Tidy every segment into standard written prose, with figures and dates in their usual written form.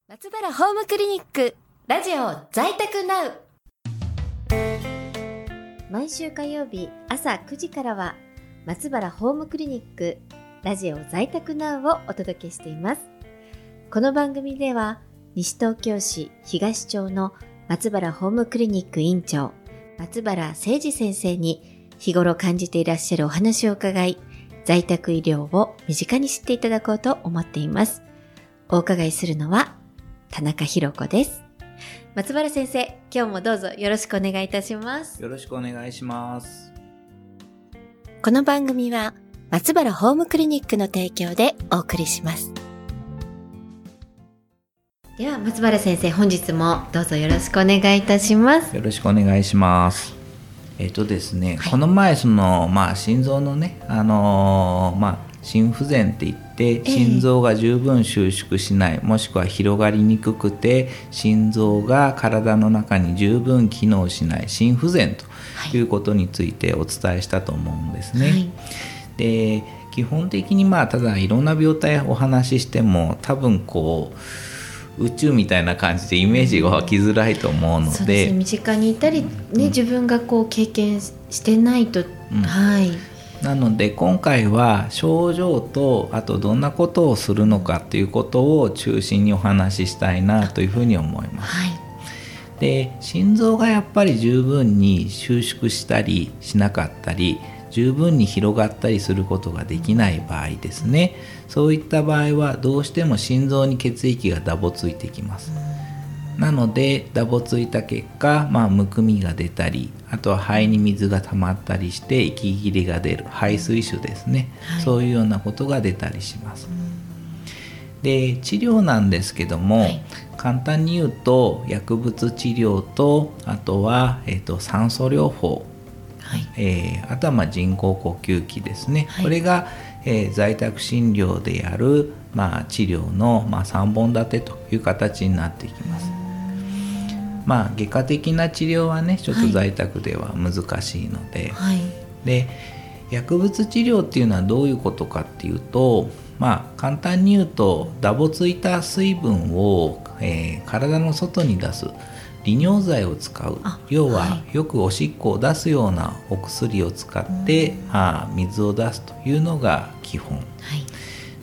松原ホームクリニックラジオ在宅ナウ。毎週火曜日朝9時からは松原ホームクリニックラジオ在宅ナウをお届けしています。この番組では西東京市東町の松原ホームクリニック院長松原誠二先生に日頃感じていらっしゃるお話を伺い、在宅医療を身近に知っていただこうと思っています。お伺いするのは田中博子です。松原先生、今日もどうぞよろしくお願いいたします。 よろしくお願いします。 この番組は松原ホームクリニックの提供でお送りします。では松原先生、本日もどうぞよろしくお願いいたします。 よろしくお願いします。ですね、はい、この前心臓のね、心不全って言って心臓が十分収縮しない、もしくは広がりにくくて心臓が体の中に十分機能しない心不全ということについてお伝えしたと思うんですね、はい、で基本的にただいろんな病態お話ししても多分宇宙みたいな感じでイメージが湧きづらいと思うので、 そうですね、身近にいたり、自分が経験してないと、はい。 なので今回は症状とあとどんなことをするのかっていうことを中心にお話ししたいなというふうに思います、はい、で心臓がやっぱり十分に収縮したりしなかったり十分に広がったりすることができない場合ですね、そういった場合はどうしても心臓に血液がダボついてきます。なのでダボついた結果、むくみが出たり、あとは肺に水が溜まったりして息切れが出る肺水腫ですね、はい、そういうようなことが出たりします。で治療なんですけども、はい、簡単に言うと薬物治療とあとは、酸素療法、はい、あとは人工呼吸器ですね、はい、これが、在宅診療でやる、治療の、3本立てという形になってきます。外科的な治療はねちょっと在宅では難しいので、はい、で薬物治療っていうのはどういうことかっていうと、簡単に言うとダボついた水分を、体の外に出す利尿剤を使う、要はよくおしっこを出すようなお薬を使って、水を出すというのが基本、はい、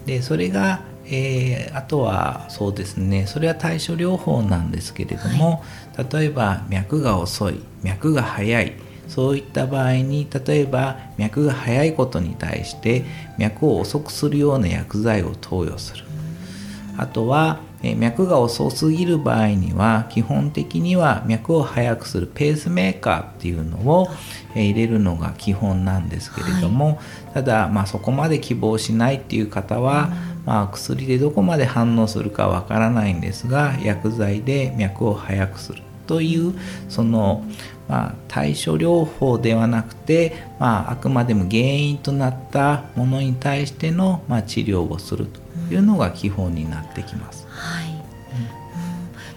でそれがあとはそうですね、それは対処療法なんですけれども、はい、例えば脈が遅い、脈が速い、そういった場合に例えば脈が速いことに対して脈を遅くするような薬剤を投与する。あとは脈が遅すぎる場合には基本的には脈を速くするペースメーカーっていうのを入れるのが基本なんですけれども、はい、ただそこまで希望しないっていう方は、薬でどこまで反応するかわからないんですが、薬剤で脈を速くするというその、対処療法ではなくて、あくまでも原因となったものに対しての、治療をするというのが基本になってきます。はい、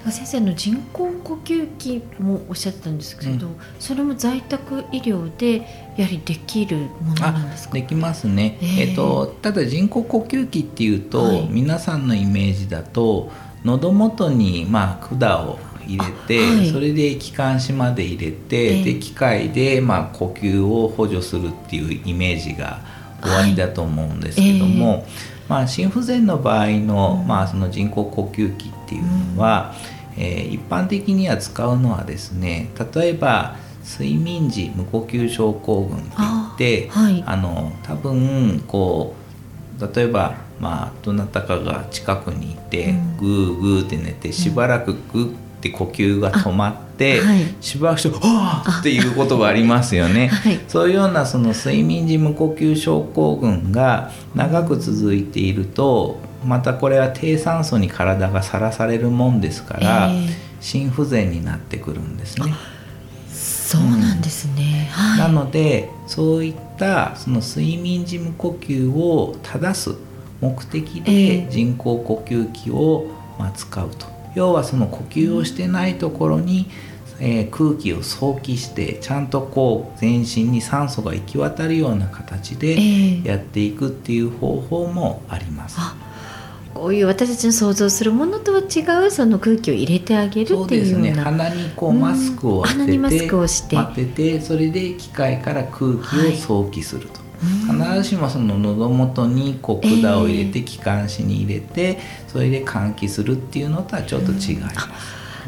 先生の人工呼吸器もおっしゃってたんですけど、それも在宅医療でやはりできるものなんですか？ できますね、ただ人工呼吸器っていうと、はい、皆さんのイメージだと喉元に管を入れて、はい、それで気管支まで入れて、で機械で呼吸を補助するっていうイメージが終わりだと思うんですけども、心不全の場合の、その人工呼吸器っていうのは、一般的には使うのはですね、例えば睡眠時無呼吸症候群って言って、はい、多分例えば、どなたかが近くにいて、グーグーって寝てしばらくグーって呼吸が止まって、はい、しばらくしてはぁっていうことがありますよね、はい、そういうようなその睡眠時無呼吸症候群が長く続いていると、またこれは低酸素に体がさらされるもんですから、心不全になってくるんですね。 そうなんですね、はい、 なのでそういったその睡眠時無呼吸を正す目的で人工呼吸器を使うと、要はその呼吸をしてないところに、空気を送気してちゃんと全身に酸素が行き渡るような形でやっていくっていう方法もあります、 こういう私たちの想像するものとは違うその空気を入れてあげるっていうような。そうですね、 鼻にこうマスクを当てて、 鼻にマスクをして当てて、それで機械から空気を送気すると、必ずしもその喉元にこう管を入れて気管支に入れて、それで換気するっていうのとはちょっと違います。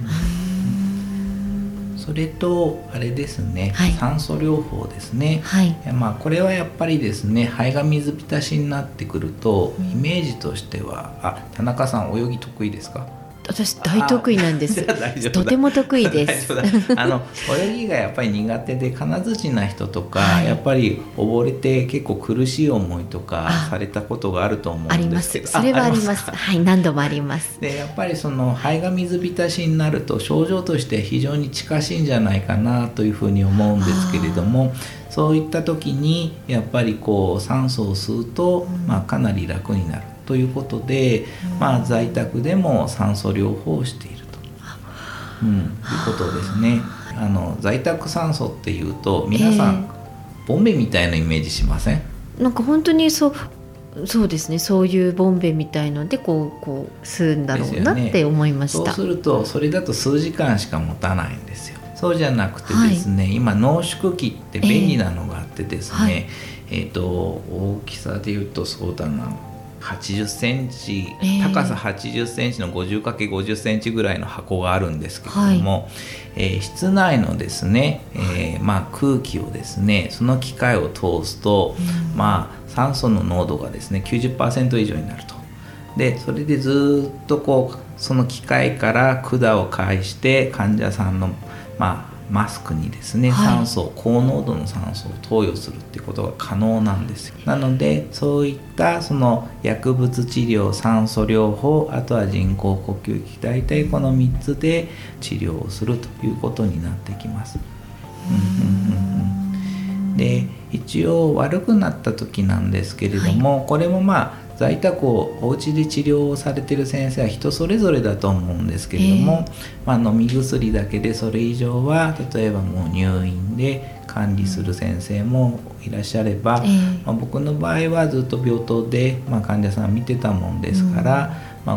それとあれですね、酸素療法ですね、これはやっぱりですね、肺が水浸しになってくると、イメージとしては田中さん泳ぎ得意ですか？ 私大得意なんです。とても得意です。 泳ぎがやっぱり苦手で金槌な人とか、やっぱり溺れて結構苦しい思いとかされたことがあると思うんですけど。 それはあります。何度もあります。 でやっぱりその肺が水浸しになると症状として非常に近しいんじゃないかなというふうに思うんですけれども、そういった時にやっぱりこう酸素を吸うと、かなり楽になるということで、在宅でも酸素療法をしていると、いうことですね。在宅酸素っていうと皆さん、ボンベみたいなイメージしません？ なんか本当にそうですね、そういうボンベみたいのでこう吸うんだろうなって思いました。 そうするとそれだと数時間しか持たないんですよ。そうじゃなくてですね、今濃縮器って便利なのがあってですね、大きさでいうとそうだな、80センチ、高さ80センチの 50×50 センチぐらいの箱があるんですけれども、室内のですね、空気をですね、その機械を通すと、酸素の濃度がですね 90% 以上になると。でそれでずっとこうその機械から管を介して患者さんのマスクにですね、高濃度の酸素を投与するっていうことが可能なんですよ。なのでそういったその薬物治療、酸素療法、あとは人工呼吸器、大体この3つで治療をするということになってきます。で一応悪くなった時なんですけれども、これも在宅をお家で治療をされている先生は人それぞれだと思うんですけれども、飲み薬だけでそれ以上は、例えばもう入院で管理する先生もいらっしゃれば、僕の場合はずっと病棟で、患者さん見てたもんですから、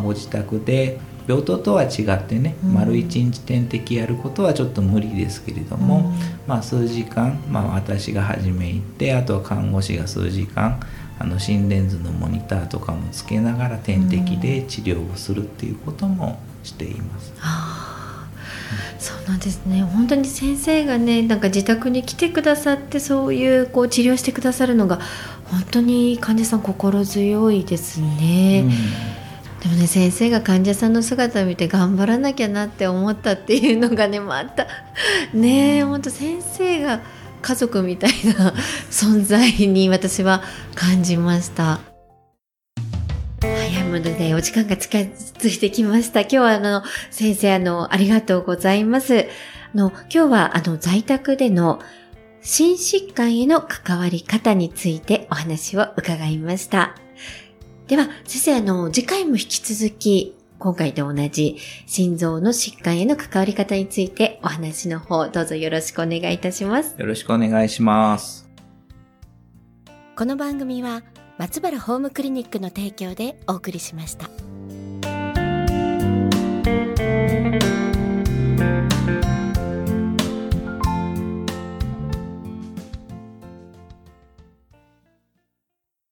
ご自宅で病棟とは違ってね、丸一日点滴やることはちょっと無理ですけれども、数時間、私が初め行って、あとは看護師が数時間心電図のモニターとかもつけながら点滴で治療をするっていうこともしています。 そうなんですね。本当に先生がね、なんか自宅に来てくださって、そういう治療してくださるのが本当に患者さん心強いですね。でもね、先生が患者さんの姿を見て頑張らなきゃなって思ったっていうのがね、またね、本当先生が家族みたいな存在に私は感じました。早いものでお時間が近づいてきました。今日は先生ありがとうございます。今日は在宅での心疾患への関わり方についてお話を伺いました。では先生、次回も引き続き今回と同じ心臓の疾患への関わり方についてお話の方どうぞよろしくお願いいたします。 よろしくお願いします。 この番組は松原ホームクリニックの提供でお送りしました。